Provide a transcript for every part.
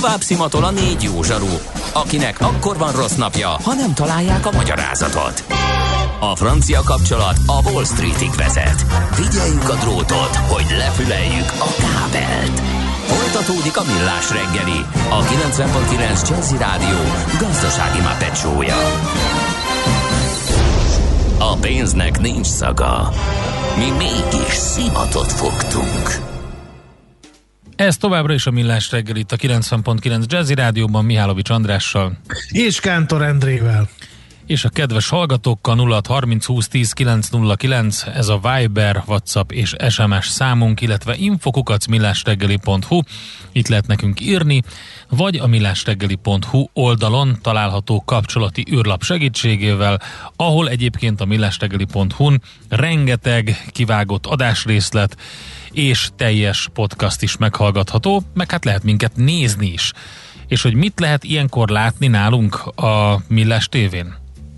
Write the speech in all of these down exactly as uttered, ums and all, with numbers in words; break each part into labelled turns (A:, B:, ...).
A: Tovább szimatol a négy jó zsaru, akinek akkor van rossz napja, ha nem találják a magyarázatot. A francia kapcsolat a Wall Streetig vezet. Figyeljük a drótot, hogy lefüleljük a kábelt. Folytatódik a Millás reggeli, a kilencven pont kilenc Jazzy Rádió gazdasági Muppet show-ja. A pénznek nincs szaga. Mi mégis szimatot fogtunk.
B: Ez továbbra is a Millás reggel itt a kilencven pont kilenc Jazzy Rádióban Mihálovics Andrással
C: és Kántor Endrével.
B: És a kedves hallgatókkal nulla hat harminc húsz tíz kilenc nulla kilenc, ez a Viber, WhatsApp és es em es számunk, illetve info kukac millásreggeli pont hu, itt lehet nekünk írni, vagy a millásreggeli pont hu oldalon található kapcsolati űrlap segítségével, ahol egyébként a millásreggeli pont hu-n rengeteg kivágott adásrészlet és teljes podcast is meghallgatható, meg hát lehet minket nézni is. És hogy mit lehet ilyenkor látni nálunk a Millás tévén?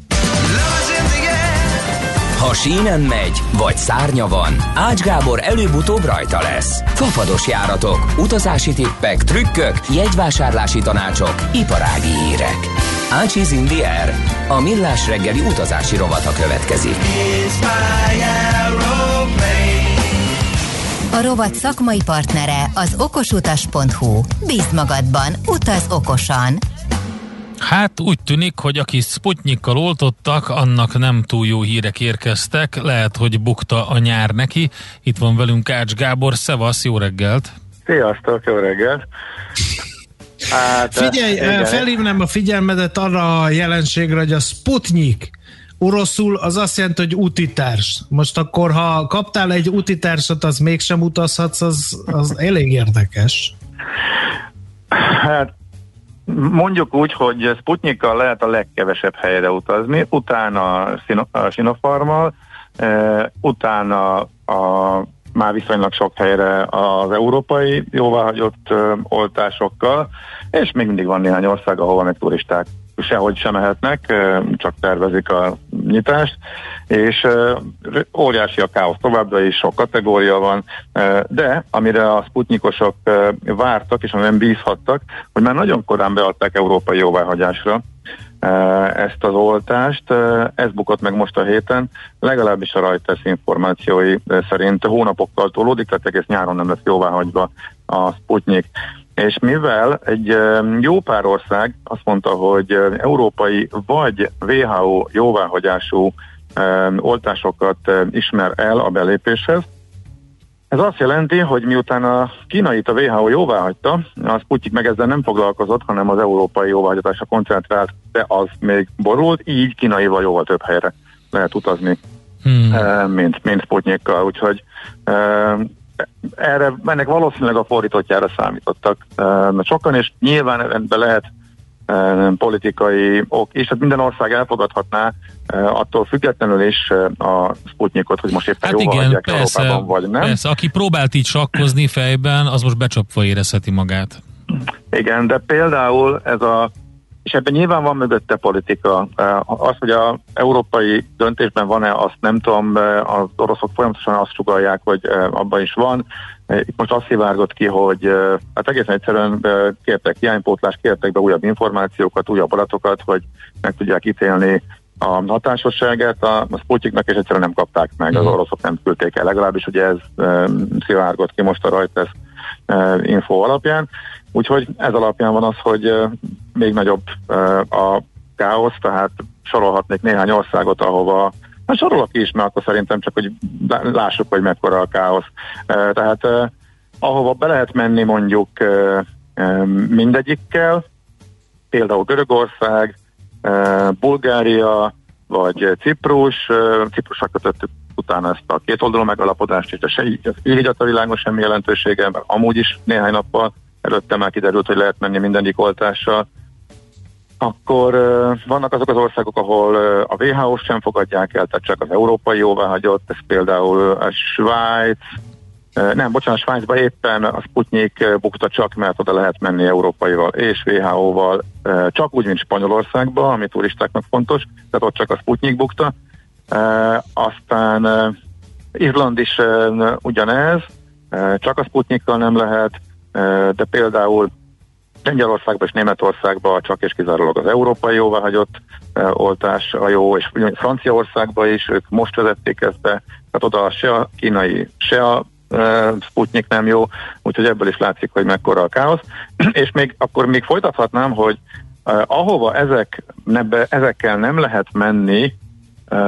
A: Ha sínen megy, vagy szárnya van, Ács Gábor előbb-utóbb rajta lesz. Fafados járatok, utazási tippek, trükkök, jegyvásárlási tanácsok, iparági hírek. Ácsiz in the air. A Millás reggeli utazási rovata következik.
D: A rovat szakmai partnere az okosutas pont hu. Bízd magadban, utaz okosan!
B: Hát úgy tűnik, hogy aki Sputnikkal oltottak, annak nem túl jó hírek érkeztek. Lehet, hogy bukta a nyár neki. Itt van velünk Ács Gábor. Szevasz, jó reggelt!
E: Sziasztok, jó reggelt!
C: Hát, Figyelj, igen. Felhívnám a figyelmedet arra a jelenségre, hogy a Sputnik oroszul az azt jelenti, hogy útitárs. Most akkor, ha kaptál egy útitársat, az mégsem utazhatsz, az, az elég érdekes.
E: Hát mondjuk úgy, hogy Sputnikkal lehet a legkevesebb helyre utazni, utána a Sinopharmmal, e, utána a már viszonylag sok helyre az európai jóváhagyott ö, oltásokkal, és még mindig van néhány ország, ahol még turisták sehogy sem mehetnek, csak tervezik a nyitást, és óriási a káosz továbbra is, sok kategória van, de amire a sputnikosok vártak, és amiben bízhattak, hogy már nagyon korán beadták európai jóváhagyásra ezt az oltást, ez bukott meg most a héten, legalábbis a Reuters információi szerint hónapokkal tolódik, tehát egész nyáron nem lesz jóváhagyva a Sputnik. És mivel egy jó pár ország azt mondta, hogy európai vagy vé há o jóváhagyású oltásokat ismer el a belépéshez, ez azt jelenti, hogy miután a kínait a vé há o jóváhagyta, a Sputnik meg ezzel nem foglalkozott, hanem az európai jóváhagyatásra koncentrált, de az még borult, így kínaival jóval több helyre lehet utazni, hmm. mint, mint Sputnikkal, úgyhogy erre, ennek valószínűleg a fordítottjára számítottak uh, sokan, és nyilván ebben lehet uh, politikai ok, és hát minden ország elfogadhatná uh, attól függetlenül is uh, a Sputnikot, hogy most éppen
B: hát
E: jóval
B: igen,
E: hagyják
B: persze,
E: Európában, vagy nem.
B: Persze, aki próbált így sakkozni fejben, az most becsapva érezheti magát.
E: Igen, de például ez a és ebben nyilván van mögötte politika. Az, hogy az európai döntésben van-e, azt nem tudom, az oroszok folyamatosan azt sugallják, hogy abban is van. Itt most azt szivárgott ki, hogy hát egészen egyszerűen kértek hiánypótlást, kértek be újabb információkat, újabb adatokat, hogy meg tudják ítélni a hatásosságát a Sputniknak, és egyszerűen nem kapták meg, az oroszok nem küldték el. Legalábbis ugye ez szivárgott ki most a Reuters info alapján. Úgyhogy ez alapján van az, hogy még nagyobb a káosz, tehát sorolhatnék néhány országot, ahova, hát sorolok is, mert akkor szerintem csak, hogy lássuk, hogy mekkora a káosz. Tehát ahova be lehet menni mondjuk mindegyikkel, például Görögország, Bulgária, vagy Ciprus, Ciprusra kötöttük utána ezt a kétoldalú megalapodást, és se így, így a világon semmi jelentősége, mert amúgy is néhány nappal előtte már kiderült, hogy lehet menni mindegyik oltással. Akkor uh, vannak azok az országok, ahol uh, a vé há o sem fogadják el, tehát csak az európai jóváhagyott, ez például a Svájc, uh, nem, bocsánat, Svájcban éppen a Sputnik uh, bukta csak, mert oda lehet menni európaival és vé há o-val, uh, csak úgy, mint Spanyolországban, ami turistáknak fontos, tehát ott csak a Sputnik bukta. Uh, aztán uh, Izland is uh, ugyanez, uh, csak a Sputnikkal nem lehet, uh, de például Lengyelországban és Németországban csak és kizárólag az európai jóváhagyott e, oltás a jó, és Franciaországban is ők most vezették ezt be, tehát oda se a kínai, se a e, Sputnik nem jó, úgyhogy ebből is látszik, hogy mekkora a káosz. És még akkor még folytathatnám, hogy e, ahova ezek, nebbe, ezekkel nem lehet menni e,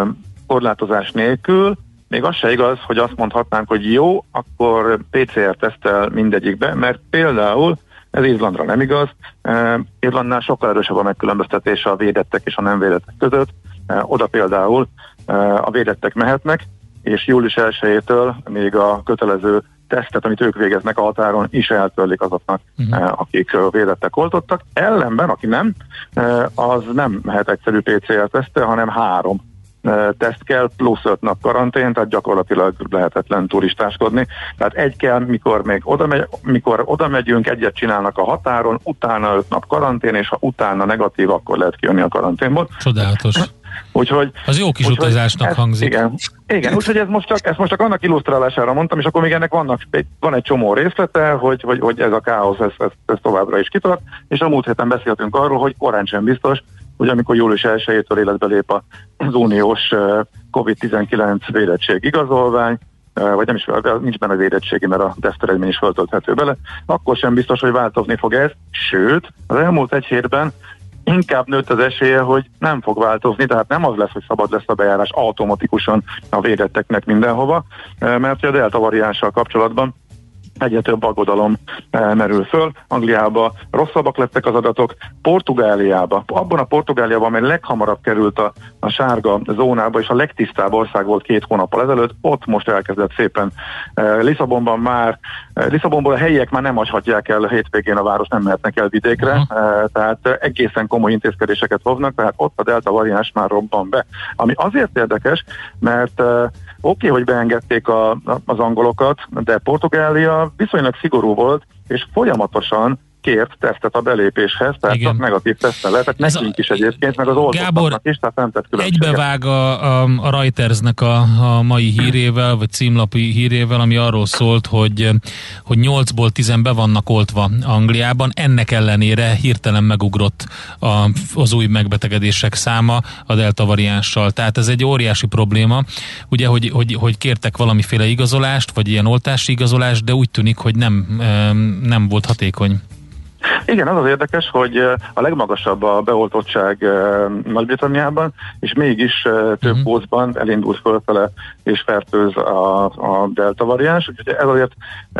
E: korlátozás nélkül, még az se igaz, hogy azt mondhatnánk, hogy jó, akkor pé cé er-tesztel mindegyikbe, mert például ez Izlandra nem igaz. Uh, Izlandnál sokkal erősebb a megkülönböztetés a védettek és a nem védettek között. Uh, oda például uh, a védettek mehetnek, és július elsejétől még a kötelező tesztet, amit ők végeznek a határon, is eltörlik azoknak, uh-huh. uh, akik uh, védettek, oltottak. Ellenben, aki nem, uh, az nem mehet egyszerű pé cé er-tesztel, hanem három teszt kell, plusz öt nap karantén, tehát gyakorlatilag lehetetlen turistáskodni. Tehát egy kell, mikor még oda, megy, mikor oda megyünk, egyet csinálnak a határon, utána öt nap karantén, és ha utána negatív, akkor lehet kijönni a karanténból.
B: Csodálatos.
E: Úgyhogy,
B: az jó kis
E: úgyhogy
B: utazásnak
E: ez,
B: hangzik.
E: Igen, igen úgyhogy ez most, csak, ez most csak annak illusztrálására mondtam, és akkor még ennek vannak, van egy csomó részlete, hogy, hogy, hogy ez a káosz, ez, ez, ez továbbra is kitart, és a múlt héten beszéltünk arról, hogy korán sem biztos, hogy amikor július elsejétől életbe lép az uniós kovid tizenkilenc védettség igazolvány, vagy nem is, nincs benne védettségi, mert a teszteredmény is föltölthető bele, akkor sem biztos, hogy változni fog ez, sőt, az elmúlt egy hétben inkább nőtt az esélye, hogy nem fog változni, tehát nem az lesz, hogy szabad lesz a bejárás automatikusan a védetteknek mindenhova, mert a delta variánssal kapcsolatban egyre több aggodalom e, merül föl. Angliában rosszabbak lettek az adatok, Portugáliában, abban a Portugáliában, amely leghamarabb került a, a sárga zónába, és a legtisztább ország volt két hónappal ezelőtt, ott most elkezdett szépen. E, Lisszabonban már, e, Lisszabonból a helyiek már nem hagyhatják el a hétvégén a város, nem mehetnek el vidékre, e, tehát egészen komoly intézkedéseket hoznak, tehát ott a delta variáns már robban be. Ami azért érdekes, mert e, oké, okay, hogy beengedték a, az angolokat, de Portugália viszonylag szigorú volt, és folyamatosan kért tesztet a belépéshez, tehát igen, csak negatív tesztel lehetett nekünk is egyébként, meg az oltottaknak is, tehát nem tett különbséget.
B: Egybevág a, a, a Reutersnek a, a mai hírével, vagy címlapi hírével, ami arról szólt, hogy, hogy nyolcból tízen be vannak oltva Angliában, ennek ellenére hirtelen megugrott a, az új megbetegedések száma a delta variánssal. Tehát ez egy óriási probléma, ugye, hogy, hogy, hogy kértek valamiféle igazolást, vagy ilyen oltási igazolást, de úgy tűnik, hogy nem, nem volt hatékony.
E: Igen, az az érdekes, hogy a legmagasabb a beoltottság Nagy-Britanniában, és mégis több uh-huh. pózban elindult fölfele és fertőz a, a delta variáns, úgyhogy ez azért,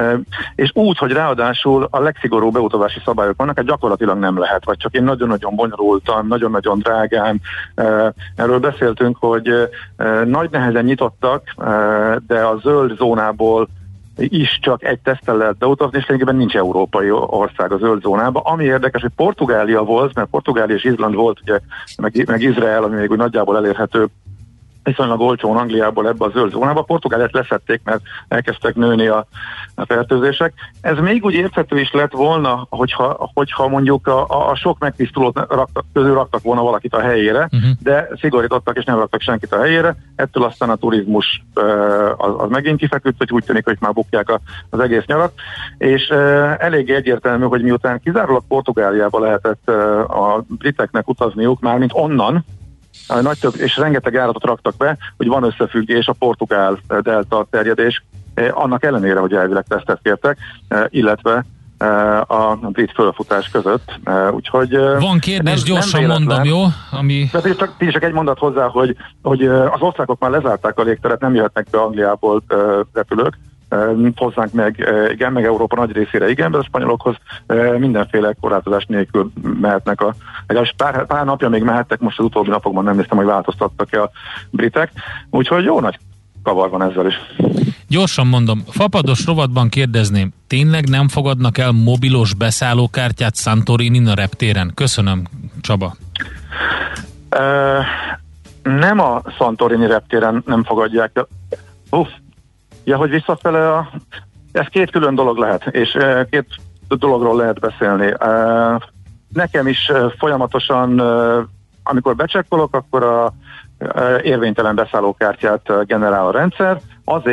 E: és úgy, hogy ráadásul a legszigorúbb beutazási szabályok vannak, hát gyakorlatilag nem lehet, vagy csak én nagyon-nagyon bonyolultan, nagyon-nagyon drágán. Erről beszéltünk, hogy nagy nehezen nyitottak, de a zöld zónából is csak egy teszttel lehet beutazni, és lényegében nincs európai ország a zöld zónában. Ami érdekes, hogy Portugália volt, mert Portugália és Izland volt, ugye, meg, meg Izrael, ami még úgy nagyjából elérhető viszonylag olcsón Angliából ebbe a zöld zónába. Portugáliát leszették, mert elkezdtek nőni a, a fertőzések. Ez még úgy érthető is lett volna, hogyha, hogyha mondjuk a, a sok megtisztulót raktak, közül raktak volna valakit a helyére, uh-huh. de szigorítottak és nem raktak senkit a helyére. Ettől aztán a turizmus az, az megint kifeküdt, hogy úgy tűnik, hogy már bukják a, az egész nyarat. És eléggé egyértelmű, hogy miután kizárólag Portugáliába lehetett a briteknek utazniuk, mármint onnan, nagy több, és rengeteg áratot raktak be, hogy van összefüggés a portugál delta terjedés, annak ellenére, hogy elvileg tesztet kértek, illetve a brit fölfutás között. Úgyhogy
B: van kérdés, nem, gyorsan nem mondom, jó? Ami...
E: Csak, csak egy mondat hozzá, hogy, hogy az osztrákok már lezárták a légteret, nem jöhetnek be Angliából repülők, hozzánk meg, igen, meg Európa nagy részére igen, de a spanyolokhoz mindenféle korlátozás nélkül mehetnek. A, legalábbis pár, pár napja még mehettek, most az utóbbi napokban nem néztem, hogy változtattak-e a britek, úgyhogy jó nagy kavar van ezzel is.
B: Gyorsan mondom, fapados rovatban kérdezném, tényleg nem fogadnak el mobilos beszállókártyát Santorinin a reptéren? Köszönöm, Csaba.
E: Uh, nem a Santorini reptéren nem fogadják el. Uff, ja, hogy visszafele a... Ez két külön dolog lehet, és uh, két dologról lehet beszélni. Uh, nekem is uh, folyamatosan, uh, amikor becsekkolok, akkor a uh, érvénytelen beszállókártyát uh, generál a rendszer, azért,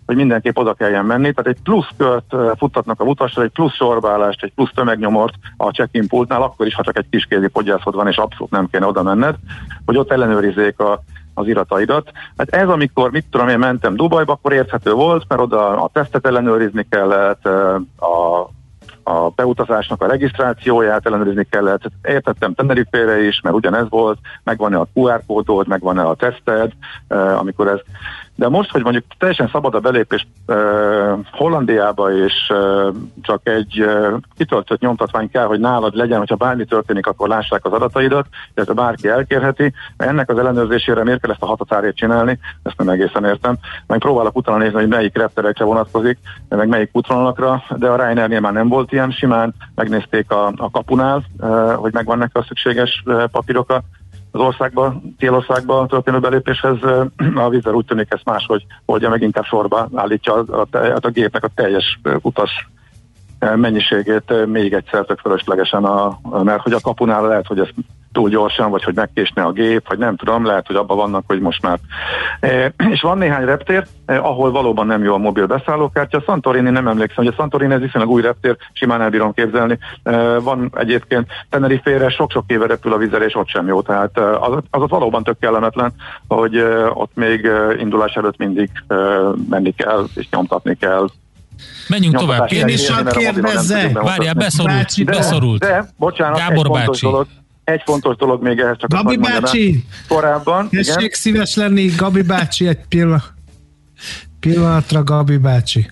E: hogy mindenképp oda kelljen menni, tehát egy plusz kört futtatnak a utasra, egy plusz sorbálást, egy plusz tömegnyomort a check-in pultnál, akkor is, ha csak egy kiskézi podgyászod van, és abszolút nem kéne oda menned, hogy ott ellenőrizzék a az irataidat. Hát ez, amikor, mit tudom, én mentem Dubajba, akkor érthető volt, mert oda a tesztet ellenőrizni kellett, a, a beutazásnak a regisztrációját ellenőrizni kellett. Értettem Tenerifére is, mert ugyanez volt, megvan-e a kú ár kódod, megvan-e a teszted, amikor ez... De most, hogy mondjuk teljesen szabad a belépés uh, Hollandiába, és uh, csak egy uh, kitöltött nyomtatvány kell, hogy nálad legyen, hogyha bármi történik, akkor lássák az adataidat, illetve bárki elkérheti. Ennek az ellenőrzésére miért kell ezt a hatatárét csinálni? Ezt nem egészen értem. Meg próbálok utána nézni, hogy melyik repterekre vonatkozik, meg melyik útvonalakra, de a Ryanairnél már nem volt ilyen, simán megnézték a, a kapunál, uh, hogy megvannak a szükséges uh, papírok az országba, célországba történő belépéshez. A Wizz Air úgy tűnik ezt máshogy oldja meg, inkább sorba állítja a, a, a gépnek a teljes utas mennyiségét még egyszer tök fölöslegesen, a, mert hogy a kapunál lehet, hogy ez túl gyorsan, vagy hogy megkésne a gép, vagy nem tudom, lehet, hogy abban vannak, hogy most már. E, és van néhány reptér, eh, ahol valóban nem jó a mobil beszállókártya. Santorini nem emlékszem, hogy a Santorini ez viszonylag új reptér, simán elbírom képzelni. E, van egyébként Tenerifére, sok-sok éve repül a Wizz Air, és ott sem jó. Tehát az, az ott valóban tök kellemetlen, hogy eh, ott még eh, indulás előtt mindig eh, menni kell, és nyomtatni kell.
B: Menjünk tovább.
C: Én is hadd kérdezzek.
B: Várjál, beszorult.
E: De,
B: beszorult.
E: de, bocsánat,
B: Gábor
E: egy fontos
B: bácsi.
E: dolog. Egy fontos dolog még ehhez csak
C: Gabi bácsi!
E: Korábban,
C: tessék
E: igen.
C: szíves lenni, Gabi bácsi, egy pillanat. Pillanatra, Gabi bácsi.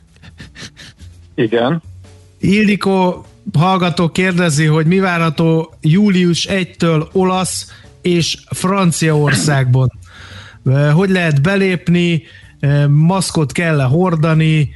E: Igen.
C: Ildikó hallgató kérdezi, hogy mi várható július elsejétől olasz és Franciaországban. Hogy lehet belépni, maszkot kell-e hordani,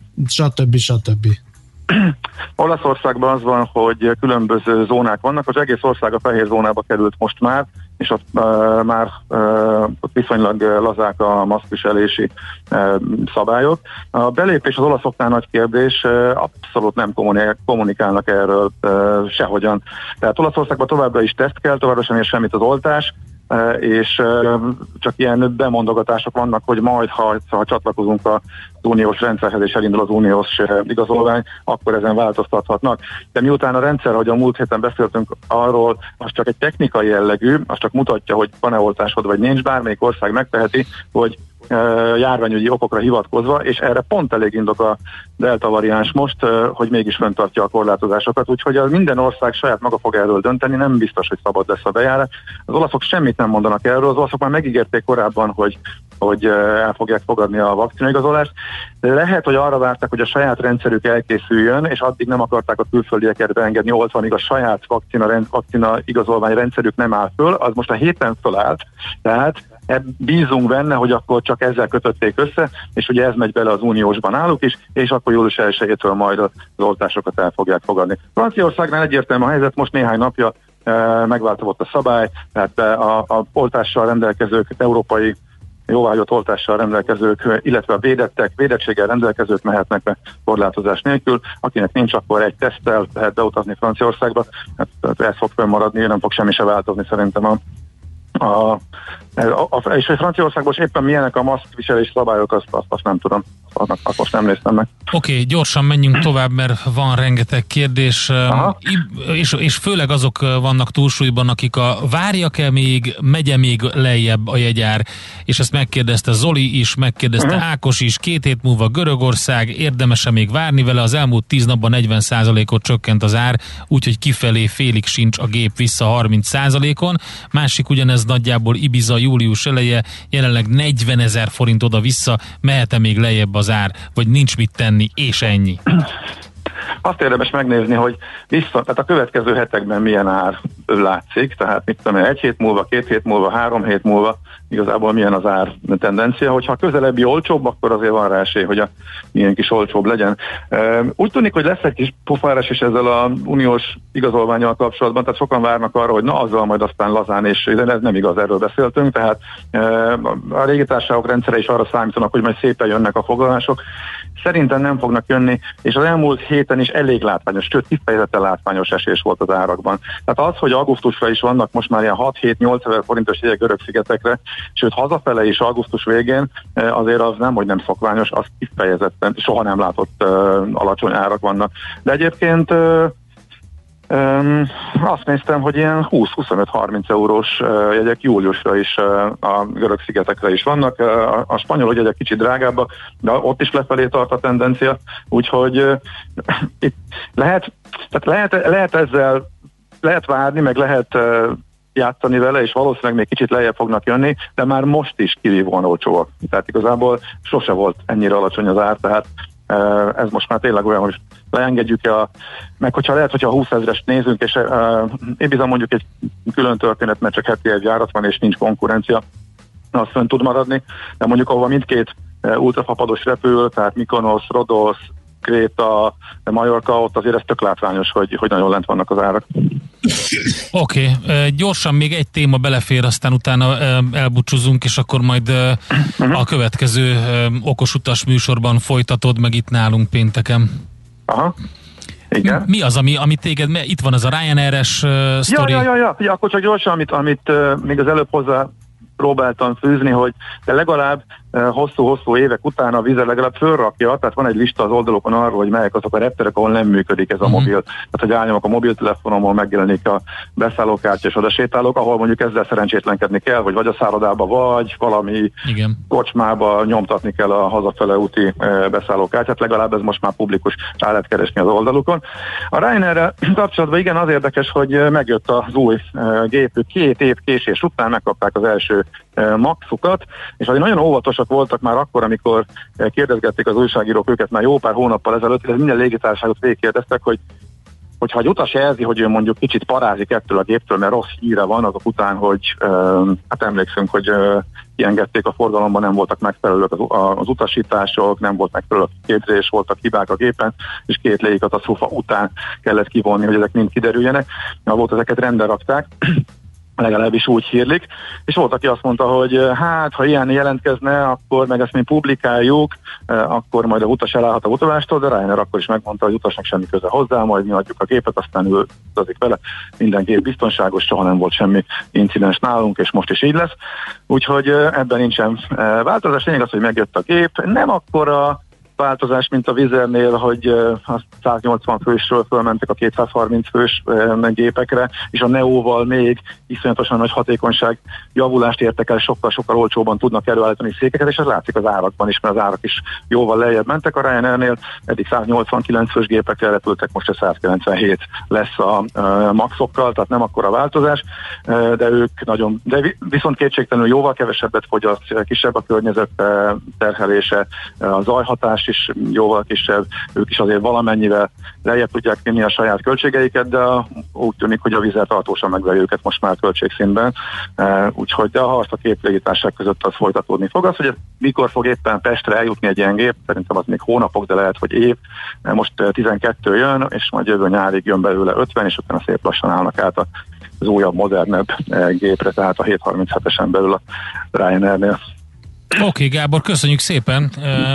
C: stb. stb.
E: Olaszországban az van, hogy különböző zónák vannak, az egész ország a fehér zónába került most már, és ott uh, már uh, ott viszonylag lazák a maszkviselési uh, szabályok. A belépés az olaszoknál nagy kérdés, uh, abszolút nem kommunikálnak erről uh, sehogyan. Tehát Olaszországban továbbra is teszt kell, továbbra sem ér semmit az oltás, Uh, és uh, csak ilyen bemondogatások vannak, hogy majd, ha, ha csatlakozunk az uniós rendszerhez és elindul az uniós uh, igazolvány, akkor ezen változtathatnak. De miután a rendszer, ahogy a múlt héten beszéltünk arról, az csak egy technikai jellegű, az csak mutatja, hogy van-e oltásod vagy nincs, bármelyik ország megteheti, hogy uh, járványügyi okokra hivatkozva, és erre pont elég indok a delta variáns most, uh, hogy mégis fenntartja a korlátozásokat, úgyhogy a minden ország saját maga fog erről dönteni, nem biztos, hogy szabad lesz a bejárás. Az olaszok semmit nem mondanak erről, az olaszok már megígérték korábban, hogy, hogy el fogják fogadni a vakcinaigazolást. Lehet, hogy arra várták, hogy a saját rendszerük elkészüljön, és addig nem akarták a külföldieket beengedni oltva, amíg a saját vakcina, rend, vakcina igazolvány rendszerük nem áll föl, az most a héten fölállt, tehát bízunk benne, hogy akkor csak ezzel kötötték össze, és ugye ez megy bele az uniósban náluk is, és akkor július elsejétől majd az oltásokat el fogják fogadni. Franciaországnál egyértelmű a helyzet, most néhány napja e, megváltozott a szabály, tehát a, a oltással rendelkezők, európai jóváhagyott oltással rendelkezők, illetve a védettek, védettséggel rendelkezők mehetnek be korlátozás nélkül. Akinek nincs, akkor egy teszttel lehet beutazni Franciaországba. Hát, ez fog fönnmaradni, nem fog semmi se változni szerintem a A, a, a, és hogy Franciaországban is éppen milyenek a maszkviselés szabályok, azt, azt, azt nem tudom. Annak, azt most nem néztem meg.
B: Oké, okay, gyorsan menjünk tovább, mert van rengeteg kérdés, és, és főleg azok vannak túlsúlyban, akik a várjak-e még, megye még lejjebb a jegyár, és ezt megkérdezte Zoli is, megkérdezte uh-huh. Ákos is, két hét múlva Görögország, érdemes-e még várni vele, az elmúlt tíz napban negyven százalékot csökkent az ár, úgyhogy kifelé félig sincs a gép vissza harminc százalékon. Másik ugyanez nagyjából Ibiza július eleje, jelenleg negyvenezer forint oda-vissza, mehet-e még lejjebb az ár, vagy nincs mit tenni, és ennyi?
E: Azt érdemes megnézni, hogy vissza, tehát a következő hetekben milyen ár látszik, tehát mit tudom én, egy hét múlva, két hét múlva, három hét múlva igazából milyen az ár tendencia. Hogyha közelebbi olcsóbb, akkor azért van rá esély, hogy a milyen kis olcsóbb legyen. Úgy tűnik, hogy lesz egy kis pofárás is ezzel a uniós igazolvánnyal kapcsolatban, tehát sokan várnak arra, hogy na azzal majd aztán lazán, és ez nem igaz, erről beszéltünk, tehát a légitársaságok rendszere is arra számítanak, hogy majd szépen jönnek a foglalások. Szerintem nem fognak jönni, és az elmúlt héten héten is elég látványos, sőt kifejezetten látványos esés volt az árakban. Tehát az, hogy augusztusra is vannak most már ilyen hat-hét-nyolc ezer forintos jegyek Görög-szigetekre, sőt hazafele is augusztus végén, azért az nem, hogy nem szokványos, az kifejezetten soha nem látott uh, alacsony árak vannak. De egyébként uh, Um, azt néztem, hogy ilyen húsz-huszonöt-harminc eurós uh, jegyek júliusra is uh, a Görög-szigetekre is vannak. Uh, a spanyol jegyek kicsit drágábbak, de ott is lefelé tart a tendencia, úgyhogy uh, itt lehet, tehát lehet, lehet ezzel lehet várni, meg lehet uh, játszani vele, és valószínűleg még kicsit lejjebb fognak jönni, de már most is kirívóan olcsóak. Tehát igazából sose volt ennyire alacsony az ár, tehát uh, ez most már tényleg olyan, hogy leengedjük a, meg hogyha lehet, hogyha húszezrest nézünk, és uh, én bizony mondjuk egy külön történet, mert csak heti egy járat van, és nincs konkurencia, az fönn tud maradni, de mondjuk ahova mindkét uh, ultrafapados repül, tehát Mykonos, Rodos, Kréta, Majorka, ott azért ez tök látványos, hogy, hogy nagyon lent vannak az árak.
B: Oké, okay. Gyorsan még egy téma belefér, aztán utána elbúcsúzunk, és akkor majd uh-huh. a következő Okos Utas műsorban folytatod meg itt nálunk pénteken.
E: Aha. Igen.
B: Mi az, ami, ami téged, mert itt van az a Ryanair-es uh, sztori.
E: Ja, ja, ja, ja, akkor csak gyorsan, amit, amit uh, még az előbb hozzá próbáltam fűzni, hogy de legalább uh, hosszú-hosszú évek után a Wizz Air legalább fölrakja, tehát van egy lista az oldalokon arról, hogy melyek azok a repterek, ahol nem működik ez a uh-huh. mobil. Tehát, hogy állnyomok a mobiltelefonomon, megjelenik a beszállókártya és odasétálok, ahol mondjuk ezzel szerencsétlenkedni kell, hogy vagy a szállodába, vagy valami Igen. kocsmába nyomtatni kell a hazafele úti uh, beszállókártyát, legalább ez most már publikus, rá lehet keresni az oldalukon. A Ryanair-rel kapcsolatban igen, az érdekes, hogy megjött az új uh, gépük, két év késés után megkapták az első maxukat, és azért nagyon óvatosak voltak már akkor, amikor kérdezgették az újságírók őket már jó pár hónappal ezelőtt, ez minden légitársaságot végigkérdeztek, hogy hogyha egy utas jelzi, hogy ő mondjuk kicsit parázik ettől a géptől, mert rossz híre van azok után, hogy hát emlékszünk, hogy kiengedték a forgalomban, nem voltak megfelelők az, az utasítások, nem volt megfelelő a képzés, voltak hibák a gépen, és két légikatasztrófa után kellett kivonni, hogy ezek mind kiderüljenek. Volt, ezeket rendbe rakták, legalábbis úgy hírlik, és volt, aki azt mondta, hogy hát, ha ilyen jelentkezne, akkor meg ezt mi publikáljuk, akkor majd a utas elállhat a utalástól, de Ryanair akkor is megmondta, hogy utasnak semmi köze hozzá, majd mi adjuk a gépet, aztán ő utazik vele, minden gép biztonságos, soha nem volt semmi incidens nálunk, és most is így lesz. Úgyhogy ebben nincsen változás, lényeg az, hogy megjött a gép, nem akkora változás, mint a Wizz Airnél, hogy a száznyolcvan fősről fölmentek a kétszázharminc fős gépekre, és a Neóval még iszonyatosan nagy hatékonyság javulást értek el, sokkal-sokkal olcsóban tudnak előállítani székeket, és ez látszik az árakban is, mert az árak is jóval lejjebb mentek. A Ryanairnél eddig száznyolcvankilenc fős gépekre repültek, most a százkilencvenhét lesz a maxokkal, tehát nem akkora változás, de ők nagyon, de viszont kétségtelenül jóval kevesebbet fogyaszt, kisebb a környezet terhelése, a zajhatás is jóval kisebb, ők is azért valamennyivel lejjebb tudják vinni a saját költségeiket, de úgy tűnik, hogy a Wizz Air tartósan megveri őket most már költségszintben, úgyhogy de a harc a két légitársaság között az folytatódni fog. Az, hogy mikor fog éppen Pestre eljutni egy ilyen gép, szerintem az még hónapok, de lehet, hogy év. Most tizenkettő jön, és majd jövő nyárig jön belőle ötven, és utána szép lassan állnak át az újabb, modernebb gépre, tehát a hétszázharminchetesen belül a Ryanairnél.
B: Oké, okay, Gábor, köszönjük szépen!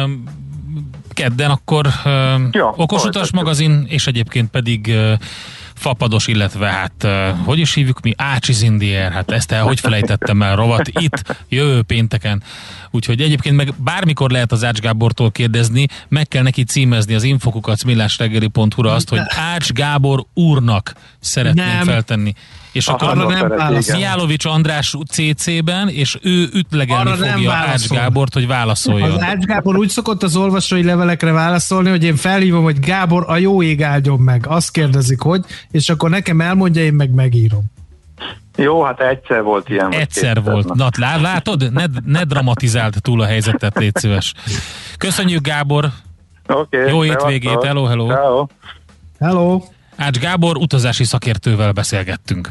B: Kedden akkor uh, ja, Okos Utas magazin, és egyébként pedig uh, fapados, illetve hát uh, hogy is hívjuk mi? Ácsiz in the Air, hát ezt el, hogy felejtettem el, rovat itt jövő pénteken. Úgyhogy egyébként meg bármikor lehet az Ács Gábortól kérdezni, meg kell neki címezni az infokukac millásreggeli pont hu-ra azt, hogy Ács Gábor úrnak szeretném nem. feltenni. És
C: a
B: akkor Mijálovics András cé cé-ben, és ő ütlegelni arra fogja Ács Gábort, hogy válaszoljon.
C: Az Ács Gábor úgy szokott az olvasói levelekre válaszolni, hogy én felhívom, hogy Gábor, a jó ég áldjon meg. Azt kérdezik, hogy, és akkor nekem elmondja, én meg megírom.
E: Jó, hát egyszer volt ilyen.
B: Egyszer volt. Na, látod? Ne, ne dramatizáld túl a helyzetet, légy szíves. Köszönjük, Gábor.
E: Okay,
B: jó hétvégét. Hello, hello.
E: Hello.
C: Hello.
B: Ács Gábor utazási szakértővel beszélgettünk.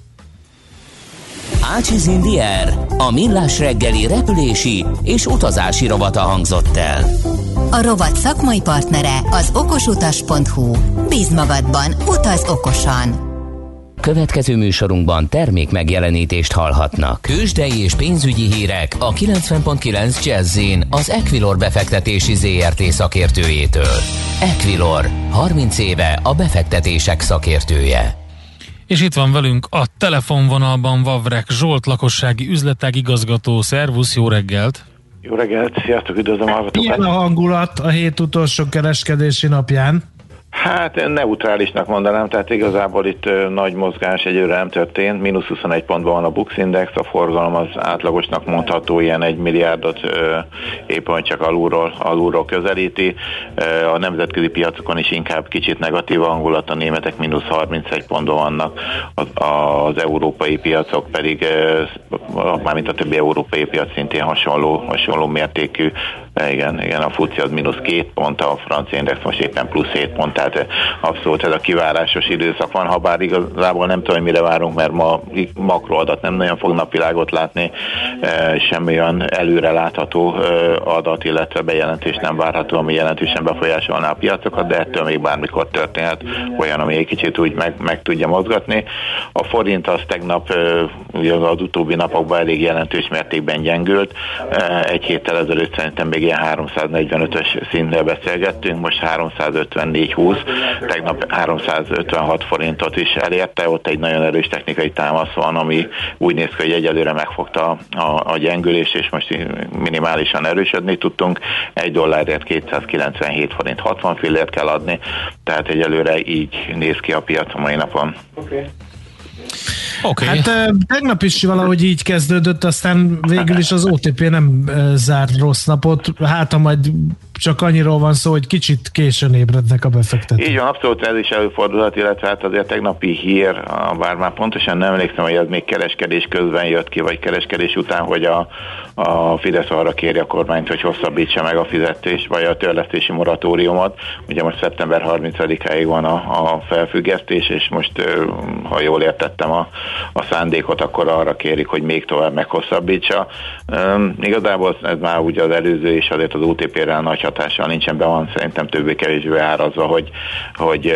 A: Ácsiz in the Air, a millás reggeli repülési és utazási rovata hangzott el.
D: A rovat szakmai partnere az okosutas pont hu. Bízd magadban, utaz okosan!
A: Következő műsorunkban termék megjelenítést hallhatnak. Kősdei és pénzügyi hírek a kilencven pont kilenc Jazz-in az Equilor befektetési zé er té szakértőjétől. Equilor, harminc éve a befektetések szakértője.
B: És itt van velünk a telefonvonalban Vavrek Zsolt, lakossági üzletág igazgató. Szervusz, jó reggelt!
F: Jó reggelt, sziasztok, üdvözlöm a hallgatókat!
C: Milyen a hangulat a hét utolsó kereskedési napján?
F: Hát neutrálisnak mondanám, tehát igazából itt ö, nagy mozgás egyőre nem történt, mínusz huszonegy pontban van a Bux Index, a forgalom az átlagosnak mondható, ilyen egy milliárdot ö, éppen csak alulról, alulról közelíti. Ö, a nemzetközi piacokon is inkább kicsit negatív hangulat, a németek mínusz harmincegy pontban vannak, az, az európai piacok pedig, ö, mármint a többi európai piac szintén hasonló, hasonló mértékű. De igen, igen, a fuci az mínusz két pont, a francia index most éppen plusz hét pont, tehát abszolút ez a kivárásos időszak van, ha bár igazából nem tudom, mire várunk, mert ma makroadat nem nagyon fog napvilágot látni, semmilyen előre látható adat, illetve bejelentés nem várható, ami jelentősen befolyásolná a piacokat, de ettől még bármikor történhet olyan, ami egy kicsit úgy meg, meg tudja mozgatni. A forint az tegnap, ugye az utóbbi napokban elég jelentős mértékben gyengült, egy héttel ezelőtt szerintem még ilyen háromszáznegyvenötös szintnél beszélgettünk, most háromszázötvennégy húsz, tegnap háromszázötvenhat forintot is elérte, ott egy nagyon erős technikai támasz van, ami úgy néz ki, hogy egyelőre megfogta a, a gyengülést, és most minimálisan erősödni tudtunk, egy dollárért kétszázkilencvenhét forint hatvan fillért kell adni, tehát egyelőre így néz ki a piac a mai napon.
C: Okay. Okay. Hát tegnap is valahogy így kezdődött, aztán végül is az o té pé nem zárt rossz napot, hát ha majd csak annyiról van szó, hogy kicsit későn ébrednek a befektetők.
F: Így van, abszolút ez is előfordulhat, illetve hát azért tegnapi hír, bár már pontosan nem emlékszem, hogy ez még kereskedés közben jött ki, vagy kereskedés után, hogy a, a Fidesz arra kéri a kormányt, hogy hosszabbítsa meg a fizetés, vagy a törlesztési moratóriumot. Ugye most szeptember harmincadikáig van a, a felfüggesztés, és most, ha jól értettem a, a szándékot, akkor arra kérik, hogy még tovább meghosszabbítsa. Üm, igazából ez már ugye az előző, és azért az o té pére nagy hatással nincsen, be van szerintem többé-kevésbé árazva, hogy, hogy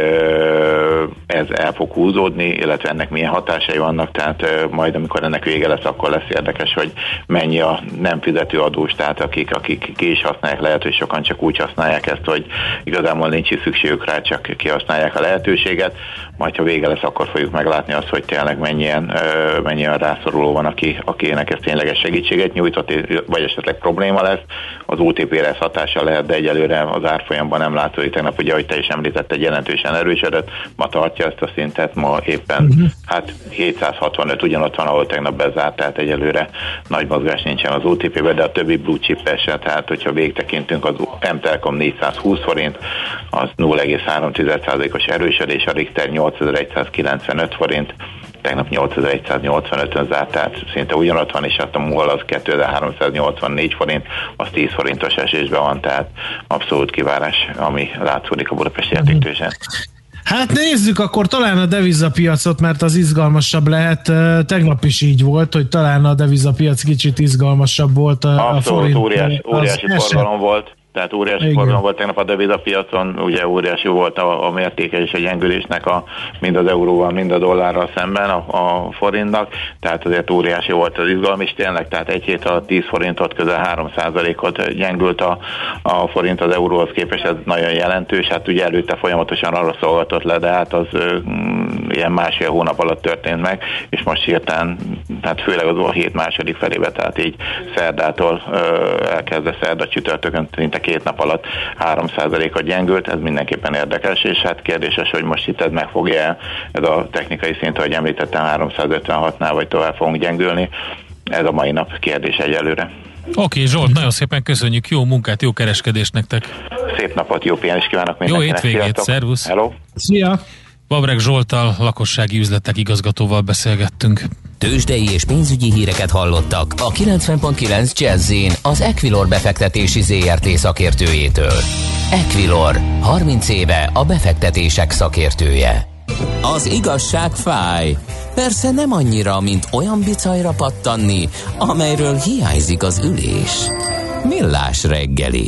F: ez el fog húzódni, illetve ennek milyen hatásai vannak, tehát majd amikor ennek vége lesz, akkor lesz érdekes, hogy mennyi a nem fizető adós, tehát akik, akik ki is használják, lehet, hogy sokan csak úgy használják ezt, hogy igazából nincs is szükségük rá, csak kihasználják a lehetőséget, majd ha vége lesz, akkor fogjuk meglátni azt, hogy tényleg mennyien, mennyien rászoruló van, aki, akinek ez tényleges segítséget nyújtott, vagy esetleg probléma lesz, az o té pére ez hatása lehet, de egyelőre az árfolyamban nem látszódik. Tegnap ugye, ahogy te is említetted, jelentősen erősödött, ma tartja ezt a szintet, ma éppen uh-huh. hát hétszázhatvanöt ugyanott van, ahol tegnap bezárt, tehát egyelőre nagy mozgás nincsen az o té pében, de a többi blue chip eset, tehát hogyha végtekintünk, az M-Telkom négyszázhúsz forint, az nulla egész három százalékos erősödés, a Richter nyolcezer-egyszázkilencvenöt forint, tegnap nyolcezer-egyszáznyolcvanötön zárt, tehát szinte ugyanott van, és hát a MOL az kétezer-háromszáznyolcvannégy forint, az tíz forintos esésben van, tehát abszolút kivárás, ami látszódik a budapesti értéktőzsdén.
C: Hát nézzük akkor talán a devizapiacot, mert az izgalmasabb lehet. Tegnap is így volt, hogy talán a devizapiac kicsit izgalmasabb volt. A,
F: abszolút
C: a forint,
F: óriás, óriási forgalom volt. Tehát óriási forgalom volt tegnap a devizapiacon, ugye óriási volt a, a mértéke és a gyengülésnek a, mind az euróval, mind a dollárral szemben a, a forintnak, tehát azért óriási volt az izgalom, és tényleg, tehát egy hét alatt tíz forintot, közel három százalékot gyengült a, a forint az euróhoz képest, ez nagyon jelentős, hát ugye előtte folyamatosan arra szolgatott le, de hát az mm, ilyen másfél hónap alatt történt meg, és most hirtelen, tehát főleg az a hét második felébe, tehát így szerdától elkezdve szerda csütörtökön, szinte két nap alatt három százalékot gyengült, ez mindenképpen érdekes, és hát kérdéses, hogy most itt ez megfogja ez a technikai szint, ahogy említettem, háromszázötvenhatnál vagy tovább fogunk gyengülni. Ez a mai nap kérdés egyelőre.
B: Oké, okay, Zsolt, nagyon szépen köszönjük, jó munkát, jó kereskedést nektek!
F: Szép napot, jó pihenést kívánok
B: mindenkinek! Jó hétvégét, szervusz!
F: Hello!
C: Szia!
B: Vavrek Zsolttal, lakossági üzletek igazgatóval beszélgettünk.
A: Tőzsdei és pénzügyi híreket hallottak a kilencven pont kilenc Jazz-in az Equilor befektetési zé er té szakértőjétől. Equilor, harminc éve a befektetések szakértője. Az igazság fáj. Persze nem annyira, mint olyan bicajra pattanni, amelyről hiányzik az ülés. Millás reggeli.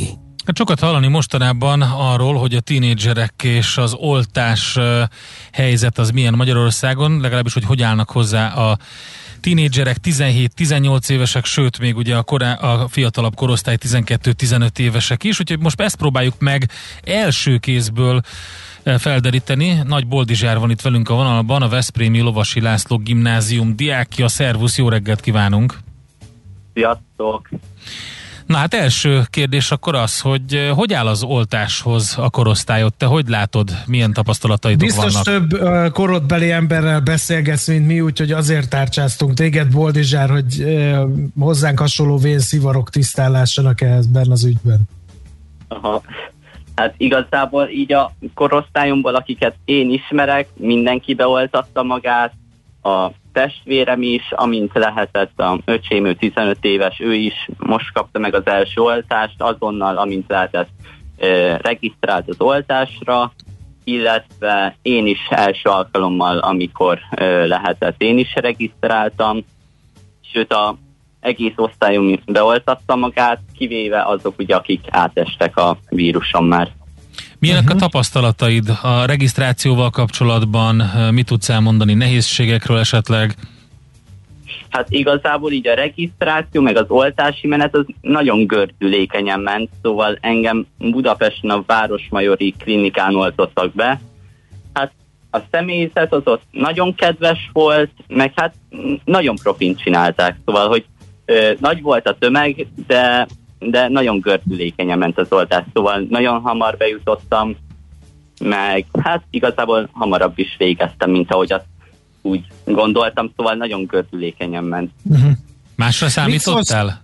B: Hát sokat hallani mostanában arról, hogy a tínédzserek és az oltás helyzet az milyen Magyarországon, legalábbis, hogy hogy állnak hozzá a tínédzserek, tizenhét-tizennyolc évesek, sőt, még ugye a, korá, a fiatalabb korosztály tizenkettő-tizenöt évesek is, úgyhogy most ezt próbáljuk meg első kézből felderíteni. Nagy Boldizsár van itt velünk a vonalban, a Veszprémi Lovasi László Gimnázium diákja. Szervusz, jó reggelt kívánunk!
G: Sziasztok!
B: Na hát első kérdés akkor az, hogy hogy áll az oltáshoz a korosztályod? Te hogy látod? Milyen tapasztalataitok
C: Biztos
B: vannak?
C: Biztos több uh, korodbeli emberrel beszélgetsz, mint mi, úgyhogy azért tárcsáztunk téged, Boldizsár, hogy uh, hozzánk hasonló vénszivarok tisztálássanak ehhez benne az ügyben.
G: Aha. Hát igazából így a korosztályomból, akiket én ismerek, mindenki beoltatta magát, a testvérem is, amint lehetett, a öcsém, ő tizenöt éves, ő is most kapta meg az első oltást, azonnal, amint lehetett, regisztrált az oltásra, illetve én is első alkalommal, amikor lehetett, én is regisztráltam, sőt a egész osztályom beoltatta magát, kivéve azok, ugye, akik átestek a víruson már.
B: Milyenek
C: uh-huh.
B: a tapasztalataid a regisztrációval kapcsolatban? Mit tudsz elmondani nehézségekről esetleg?
G: Hát igazából így a regisztráció, meg az oltási menet az nagyon gördülékenyen ment, szóval engem Budapesten a Városmajori Klinikán oltottak be. Hát a személyzet az ott nagyon kedves volt, meg hát nagyon profin csinálták, szóval, hogy ö, nagy volt a tömeg, de de nagyon gördülékenyen ment az oltás, szóval nagyon hamar bejutottam, meg hát igazából hamarabb is végeztem, mint ahogy azt úgy gondoltam, szóval nagyon gördülékenyen ment.
B: Uh-huh. Másra számítottál?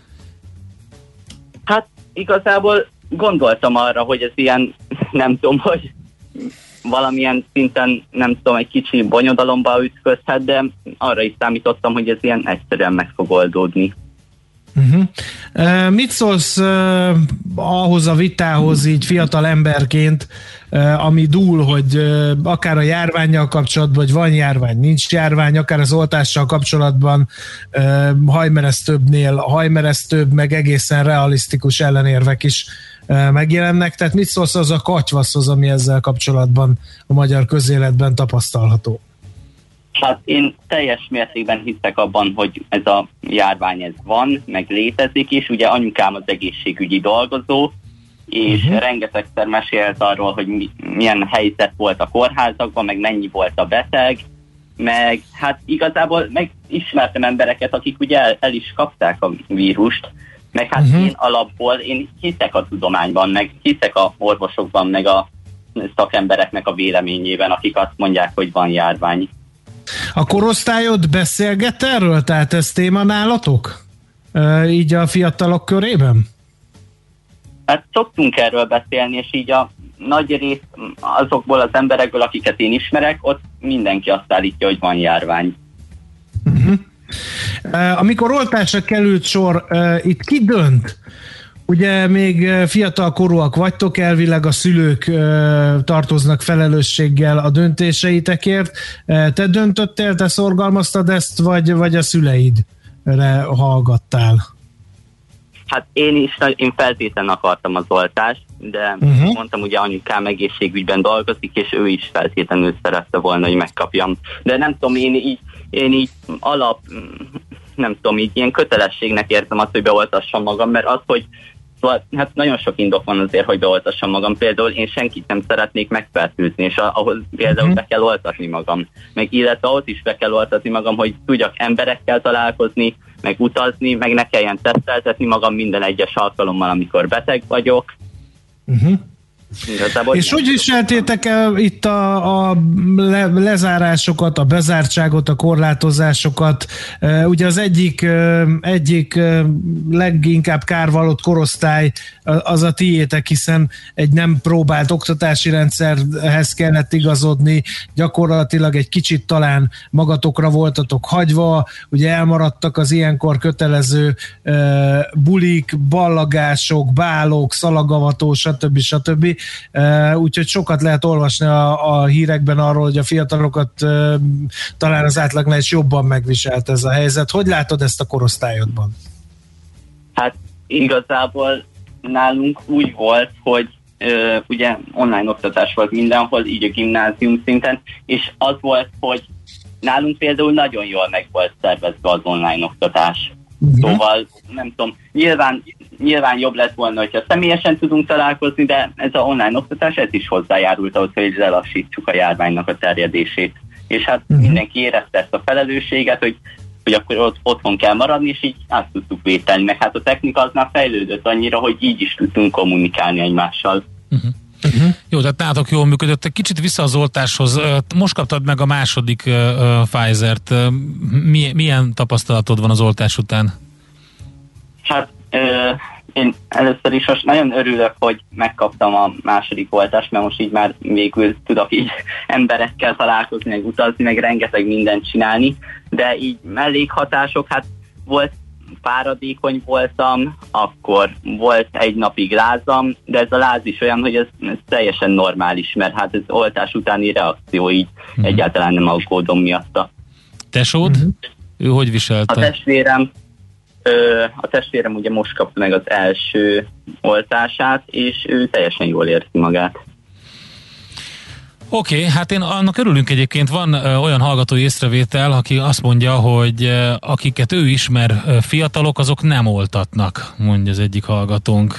G: Hát igazából gondoltam arra, hogy ez ilyen, nem tudom, hogy valamilyen szinten, nem tudom, egy kicsi bonyodalomba ütközhet, de arra is számítottam, hogy ez ilyen egyszerűen meg fog oldódni.
C: Uh-huh. Uh, mit szólsz uh, ahhoz a vitához így fiatal emberként, uh, ami dúl, hogy uh, akár a járvánnyal kapcsolatban, vagy van járvány, nincs járvány, akár az oltással kapcsolatban uh, hajmeresztőbbnél hajmeresztőbb, meg egészen realisztikus ellenérvek is uh, megjelennek, tehát mit szólsz az a katyvaszhoz, ami ezzel kapcsolatban a magyar közéletben tapasztalható?
G: Hát én teljes mértékben hiszek abban, hogy ez a járvány ez van, meg létezik is. Ugye anyukám az egészségügyi dolgozó, és uh-huh. rengetegszer mesélt arról, hogy mi, milyen helyzet volt a kórházakban, meg mennyi volt a beteg, meg hát igazából meg ismertem embereket, akik ugye el, el is kapták a vírust, meg hát uh-huh. én alapból én hiszek a tudományban, meg hiszek a orvosokban, meg a szakembereknek a véleményében, akik azt mondják, hogy van járvány.
C: A korosztályod beszélget erről? Tehát ez téma nálatok? E, így a fiatalok körében?
G: Hát szoktunk erről beszélni, és így a nagy rész azokból az emberekből, akiket én ismerek, ott mindenki azt állítja, hogy van járvány.
C: Uh-huh. E, amikor oltásra került sor, e, itt ki dönt? Ugye még fiatal korúak vagytok, elvileg a szülők ö, tartoznak felelősséggel a döntéseitekért. Te döntöttél, te szorgalmaztad ezt, vagy, vagy a szüleidre hallgattál?
G: Hát én is, én feltétlenül akartam az oltást, de uh-huh. mondtam, ugye anyukám egészségügyben dolgozik, és ő is feltétlenül szerette volna, hogy megkapjam. De nem tudom, én így, én így alap, nem tudom, így ilyen kötelességnek értem azt, hogy beoltassam magam, mert az, hogy szóval, hát nagyon sok indok van azért, hogy beoltassam magam. Például én senkit nem szeretnék megfertőzni, és ahhoz például be kell oltatni magam. Meg illetve ahhoz is be kell oltatni magam, hogy tudjak emberekkel találkozni, meg utazni, meg ne kelljen teszteltetni magam minden egyes alkalommal, amikor beteg vagyok.
C: Uh-huh. Igazából és hogy viseltétek el itt a, a le, lezárásokat, a bezártságot, a korlátozásokat? Ugye az egyik, egyik leginkább kárvallott korosztály az a tiétek, hiszen egy nem próbált oktatási rendszerhez kellett igazodni, gyakorlatilag egy kicsit talán magatokra voltatok hagyva, ugye elmaradtak az ilyenkor kötelező bulik, ballagások, bálok, szalagavató, stb. stb. Uh, úgyhogy sokat lehet olvasni a, a hírekben arról, hogy a fiatalokat uh, talán az átlagnál is jobban megviselt ez a helyzet. Hogy látod ezt a korosztályodban?
G: Hát igazából nálunk úgy volt, hogy ö, ugye online oktatás volt mindenhol, így a gimnázium szinten, és az volt, hogy nálunk például nagyon jól meg volt szervezve az online oktatás. Uh-huh. Szóval, nem tudom, nyilván, nyilván jobb lett volna, hogyha személyesen tudunk találkozni, de ez az online oktatás, ez is hozzájárult ahhoz, hogy lelassítsuk a járványnak a terjedését. És hát uh-huh. mindenki érezte ezt a felelősséget, hogy, hogy akkor ott, otthon kell maradni, és így át tudtuk vételni. Meg hát a technika az már fejlődött annyira, hogy így is tudtunk kommunikálni egymással.
B: Uh-huh. Uh-huh. Jó, tehát nálatok jól működött. Kicsit vissza az oltáshoz. Most kaptad meg a második uh, Pfizer-t. Milyen, milyen tapasztalatod van az oltás után?
G: Hát uh, én először is most nagyon örülök, hogy megkaptam a második oltást, mert most így már végül tudok így emberekkel találkozni, meg utazni, meg rengeteg mindent csinálni, de így mellékhatások, hát volt fáradékony voltam, akkor volt egy napig lázam, de ez a láz is olyan, hogy ez, ez teljesen normális, mert hát ez oltás utáni reakció, így uh-huh. egyáltalán nem aggódom miatta.
B: Tesód? Uh-huh. Ő hogy viselte?
G: A testvérem, ö, a testvérem ugye most kapta meg az első oltását, és ő teljesen jól érzi magát.
B: Oké, okay, hát én annak örülünk egyébként, van ö, olyan hallgatói észrevétel, aki azt mondja, hogy ö, akiket ő ismer ö, fiatalok, azok nem oltatnak, mondja az egyik hallgatónk.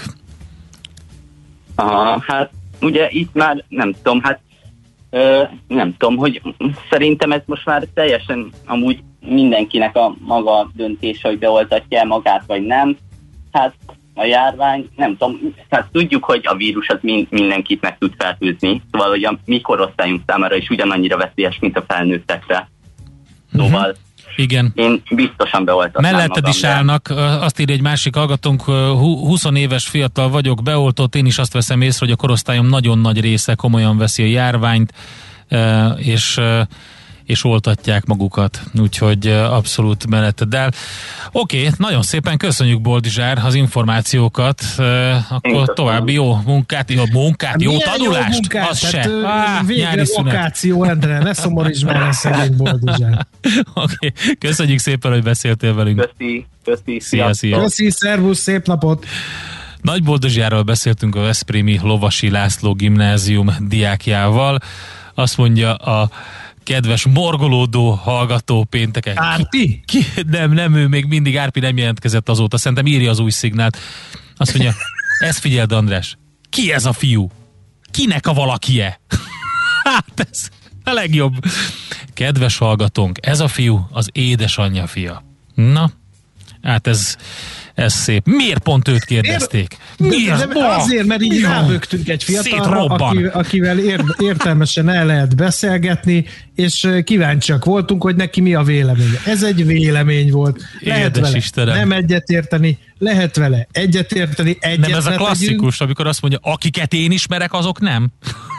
G: Aha, hát ugye itt már nem tudom, hát ö, nem tudom, hogy szerintem ez most már teljesen amúgy mindenkinek a maga döntése, hogy beoltatja magát vagy nem. Hát a járvány, nem tudom, hát tudjuk, hogy a vírus az mind, mindenkit meg tud fertőzni, szóval hogy a mi korosztályunk számára is ugyanannyira veszélyes, mint a felnőttekre. Szóval uh-huh.
B: Igen.
G: Én biztosan beoltatnám
B: melletted
G: magam,
B: is állnak, azt írja egy másik hallgatónk, húsz éves fiatal vagyok, beoltott, én is azt veszem észre, hogy a korosztályom nagyon nagy része komolyan veszi a járványt, és és oltatják magukat, úgyhogy abszolút melletted el. Oké, okay, nagyon szépen köszönjük, Boldizsár, az információkat, akkor további jó munkát, jó munkát, jó tanulást, jó munkát, az se.
C: Ah, végre vakáció, Endre, ne szomoríts már a szegény Boldizsár.
B: Oké, okay. Köszönjük szépen, hogy beszéltél velünk.
G: Köszi, köszi.
B: Szia, szia.
C: Köszi, szervusz, szép napot.
B: Nagy Boldizsárral beszéltünk a Veszprémi Lovasi László gimnázium diákjával. Azt mondja a kedves morgolódó hallgató pénteken.
C: Árpi?
B: Ki, ki, nem, nem, ő még mindig Árpi nem jelentkezett azóta, szerintem írja az új szignált. Azt mondja, ezt figyeld, András, ki ez a fiú? Kinek a valakie? Hát ez a legjobb. Kedves hallgatónk, ez a fiú az édesanyja fia. Na, hát ez ez szép. Miért pont őt kérdezték?
C: Miért? De azért, mert így rábögtünk egy fiatalra, aki, akivel ér, értelmesen el lehet beszélgetni, és kíváncsiak voltunk, hogy neki mi a véleménye. Ez egy vélemény volt. Lehet
B: Édes
C: vele
B: Istenem.
C: nem egyetérteni, lehet vele egyetérteni, egyet
B: nem ez a klasszikus, tegyünk. Amikor azt mondja, akiket én ismerek, azok nem.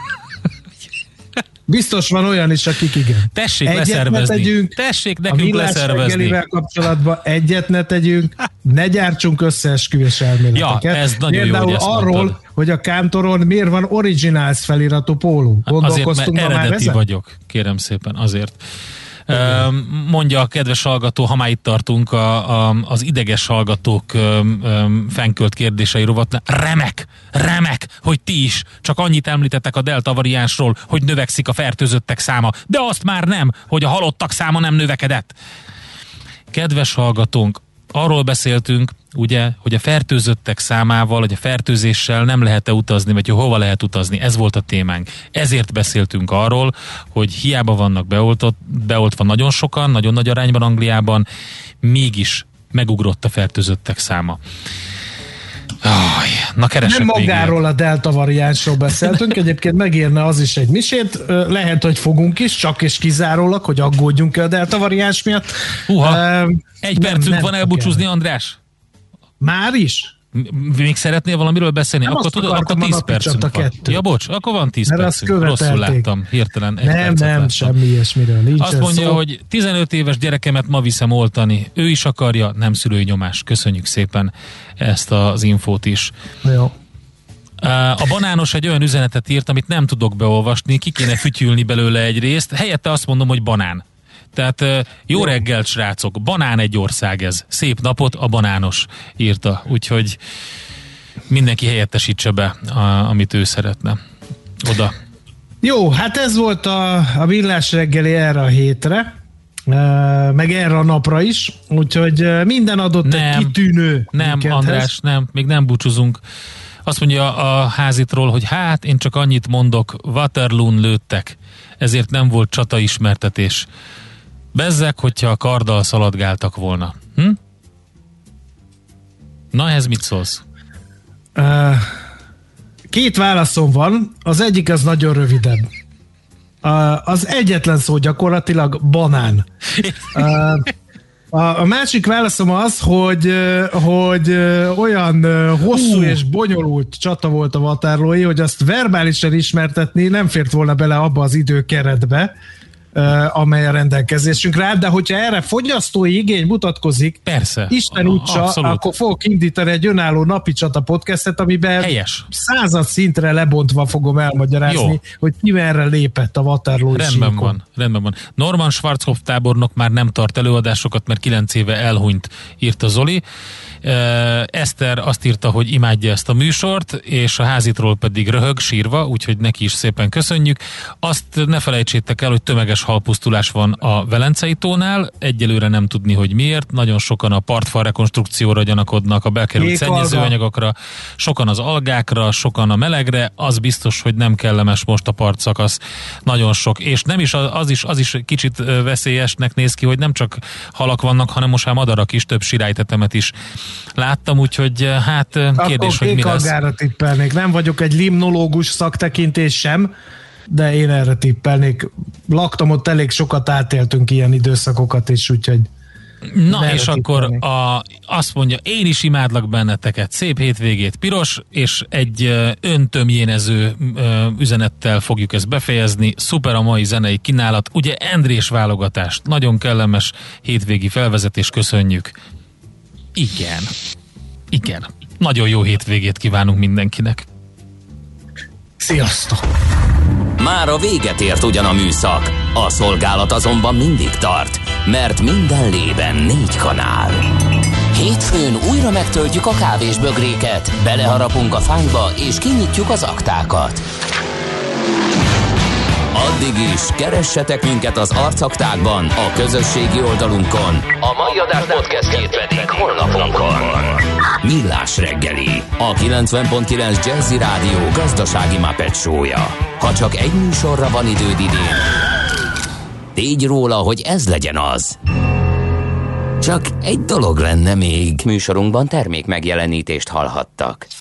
C: Biztos van olyan is, akik igen.
B: Tessék egyet leszervezni. Ne tegyünk,
C: Tessék
B: nekünk
C: a
B: leszervezni.
C: A kapcsolatban egyet ne tegyünk, ne gyártsunk összeesküvés elméleteket.
B: Ja, ez nagyon
C: Például
B: jó, hogy
C: arról,
B: mondtad.
C: hogy a Kántoron miért van Originals feliratú póló.
B: Azért, mert eredeti vagyok, kérem szépen, azért. Uh, mondja a kedves hallgató, ha már itt tartunk a, a, az ideges hallgatók um, um, fenkölt kérdései rovatnál. Remek, remek, hogy ti is csak annyit említettek a delta variánsról, hogy növekszik a fertőzöttek száma, de azt már nem, hogy a halottak száma nem növekedett. Kedves hallgatónk, arról beszéltünk, ugye, hogy a fertőzöttek számával, vagy a fertőzéssel nem lehet-e utazni, vagy hova lehet utazni. Ez volt a témánk. Ezért beszéltünk arról, hogy hiába vannak beoltott, beoltva nagyon sokan, nagyon nagy arányban Angliában, mégis megugrott a fertőzöttek száma. Aj, na keresek
C: nem magáról
B: még
C: a delta variánsról beszéltünk, egyébként megérne az is egy misét, lehet, hogy fogunk is, csak és kizárólag, hogy aggódjunk a delta variáns miatt.
B: Uha, uh, egy nem, percünk nem van elbúcsúzni, András?
C: Már is?
B: Még szeretnél valamiről beszélni?
C: Nem
B: akkor tudod, akkor tíz percünk van. Ja, bocs, akkor van tíz mert percünk. Rosszul láttam, hirtelen egy
C: Nem, nem,
B: láttam.
C: semmi ilyesmiről nincs.
B: Azt mondja,
C: szó.
B: hogy tizenöt éves gyerekemet ma viszem oltani. Ő is akarja, nem szülői nyomás. Köszönjük szépen ezt az infót is.
C: Jó.
B: A banános egy olyan üzenetet írt, amit nem tudok beolvasni, ki kéne fütyülni belőle egy részt. Helyette azt mondom, hogy banán. Tehát jó reggelt, srácok, banán egy ország ez. Szép napot, a banános írta. Úgyhogy mindenki helyettesítse be, a, amit ő szeretne. Oda.
C: Jó, hát ez volt a, a Millás reggeli erre a hétre, meg erre a napra is, úgyhogy minden adott nem, egy kitűnő
B: Nem,
C: weekendhez.
B: András, nem, még nem búcsúzunk. Azt mondja a házitról, hogy hát én csak annyit mondok, Waterloo-n lőttek, ezért nem volt csataismertetés. Bezzek, hogyha a karddal szaladgáltak volna. Hm? Na, ehhez mit szólsz?
C: Uh, két válaszom van, az egyik az nagyon rövidebb. Uh, az egyetlen szó gyakorlatilag banán. Uh, a, a másik válaszom az, hogy, hogy olyan hosszú uh. és bonyolult csata volt a Waterloo-i, hogy azt verbálisan ismertetni nem fért volna bele abba az időkeretbe, amely a rendelkezésünkre áll, de hogyha erre fogyasztói igény mutatkozik,
B: persze,
C: Isten úgysa, akkor fogok indítani egy önálló napi csata podcastet, amiben
B: helyes.
C: század szintre lebontva fogom elmagyarázni, jó, hogy ki merre lépett a Waterloo-i
B: rendben síkon. Van, rendben van. Norman Schwarzkopf tábornok már nem tart előadásokat, mert kilenc éve elhunyt, írta Zoli. Eszter azt írta, hogy imádja ezt a műsort, és a házitról pedig röhög sírva, úgyhogy neki is szépen köszönjük. Azt ne felejtsétek el, hogy tömeges halpusztulás van a Velencei tónál, egyelőre nem tudni, hogy miért. Nagyon sokan a partfal rekonstrukcióra gyanakodnak, a bekerült szennyezőanyagokra, sokan az algákra, sokan a melegre, az biztos, hogy nem kellemes most a partszakasz. Nagyon sok, és nem is az is, az is kicsit veszélyesnek néz ki, hogy nem csak halak vannak, hanem most már madarak is, több sirálytetemet is láttam, úgyhogy hát kérdés,
C: akkor
B: hogy mi lesz.
C: Akkor tippelnék. Nem vagyok egy limnológus szaktekintés sem, de én erre tippelnék. Laktam ott, elég sokat átéltünk ilyen időszakokat is, úgyhogy
B: na és akkor a, azt mondja, én is imádlak benneteket, szép hétvégét, Piros, és egy öntömjénező üzenettel fogjuk ezt befejezni. Szuper a mai zenei kínálat, ugye Endrés válogatást, nagyon kellemes hétvégi felvezetés, köszönjük. Igen. Igen. Nagyon jó hétvégét kívánunk mindenkinek.
C: Sziasztok!
A: Már a véget ért ugyan a műszak, a szolgálat azonban mindig tart, mert minden lében négy kanál. Hétfőn újra megtöltjük a kávésbögréket, beleharapunk a fányba és kinyitjuk az aktákat. Addig is keressetek minket az arcaktákban, a közösségi oldalunkon, a mai adás podcastjét pedig honlapunkon. Millás reggeli, a kilencven pont kilenc Jazzy Rádió gazdasági Muppet show-ja. Ha csak egy műsorra van időd idén, tégy róla, hogy ez legyen az. Csak egy dolog lenne még. Műsorunkban termék megjelenítést hallhattak.